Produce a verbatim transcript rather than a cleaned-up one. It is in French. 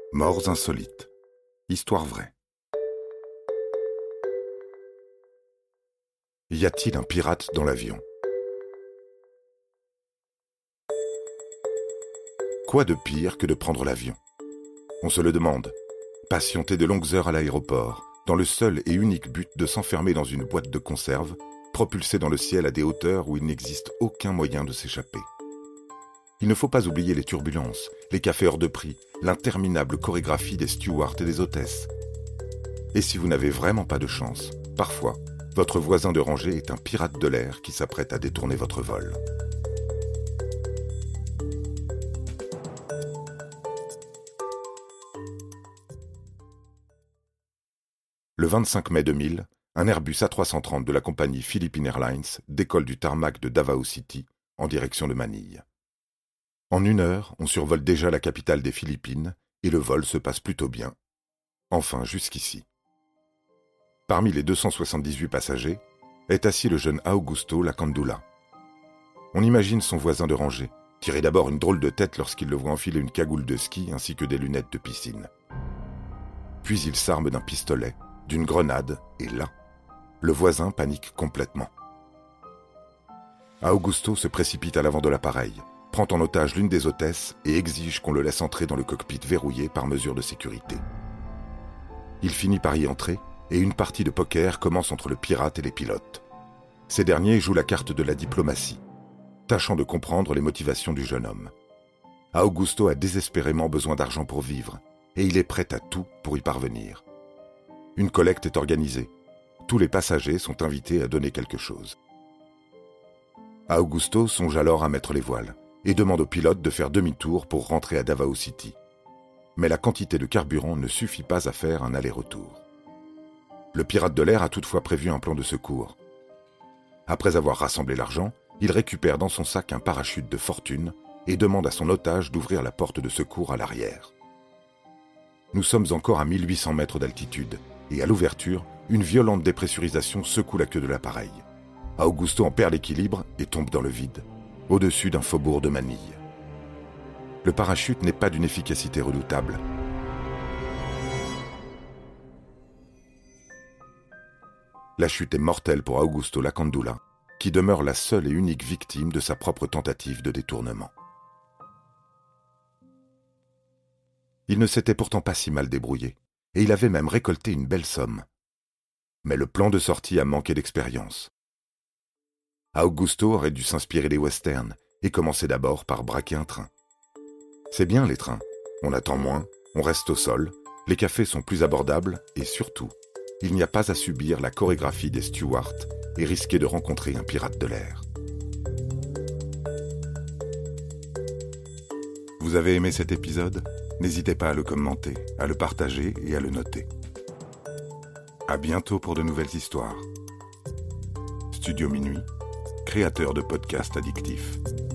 Morts insolites. Histoire vraie. Y a-t-il un pirate dans l'avion? Quoi de pire que de prendre l'avion? On se le demande. Patienter de longues heures à l'aéroport, dans le seul et unique but de s'enfermer dans une boîte de conserve, propulsée dans le ciel à des hauteurs où il n'existe aucun moyen de s'échapper. Il ne faut pas oublier les turbulences, les cafés hors de prix, l'interminable chorégraphie des stewards et des hôtesses. Et si vous n'avez vraiment pas de chance, parfois, votre voisin de rangée est un pirate de l'air qui s'apprête à détourner votre vol. Le vingt-cinq mai deux mille, un Airbus A trois cent trente de la compagnie Philippine Airlines décolle du tarmac de Davao City en direction de Manille. En une heure, on survole déjà la capitale des Philippines et le vol se passe plutôt bien. Enfin, jusqu'ici. Parmi les deux cent soixante-dix-huit passagers est assis le jeune Augusto Lacandula. On imagine son voisin de rangée, tirer d'abord une drôle de tête lorsqu'il le voit enfiler une cagoule de ski ainsi que des lunettes de piscine. Puis il s'arme d'un pistolet, d'une grenade, et là, le voisin panique complètement. Augusto se précipite à l'avant de l'appareil, prend en otage l'une des hôtesses et exige qu'on le laisse entrer dans le cockpit verrouillé par mesure de sécurité. Il finit par y entrer et une partie de poker commence entre le pirate et les pilotes. Ces derniers jouent la carte de la diplomatie, tâchant de comprendre les motivations du jeune homme. Augusto a désespérément besoin d'argent pour vivre et il est prêt à tout pour y parvenir. Une collecte est organisée. Tous les passagers sont invités à donner quelque chose. Augusto songe alors à mettre les voiles et demande au pilote de faire demi-tour pour rentrer à Davao City. Mais la quantité de carburant ne suffit pas à faire un aller-retour. Le pirate de l'air a toutefois prévu un plan de secours. Après avoir rassemblé l'argent, il récupère dans son sac un parachute de fortune et demande à son otage d'ouvrir la porte de secours à l'arrière. Nous sommes encore à mille huit cents mètres d'altitude et à l'ouverture, une violente dépressurisation secoue la queue de l'appareil. Augusto en perd l'équilibre et tombe dans le vide, au-dessus d'un faubourg de Manille. Le parachute n'est pas d'une efficacité redoutable. La chute est mortelle pour Augusto Lacandula, qui demeure la seule et unique victime de sa propre tentative de détournement. Il ne s'était pourtant pas si mal débrouillé, et il avait même récolté une belle somme. Mais le plan de sortie a manqué d'expérience. Augusto aurait dû s'inspirer des westerns et commencer d'abord par braquer un train. C'est bien les trains, on attend moins, on reste au sol, les cafés sont plus abordables et surtout, il n'y a pas à subir la chorégraphie des stewards et risquer de rencontrer un pirate de l'air. Vous avez aimé cet épisode ? N'hésitez pas à le commenter, à le partager et à le noter. À bientôt pour de nouvelles histoires. Studio Minuit, créateur de podcasts addictifs.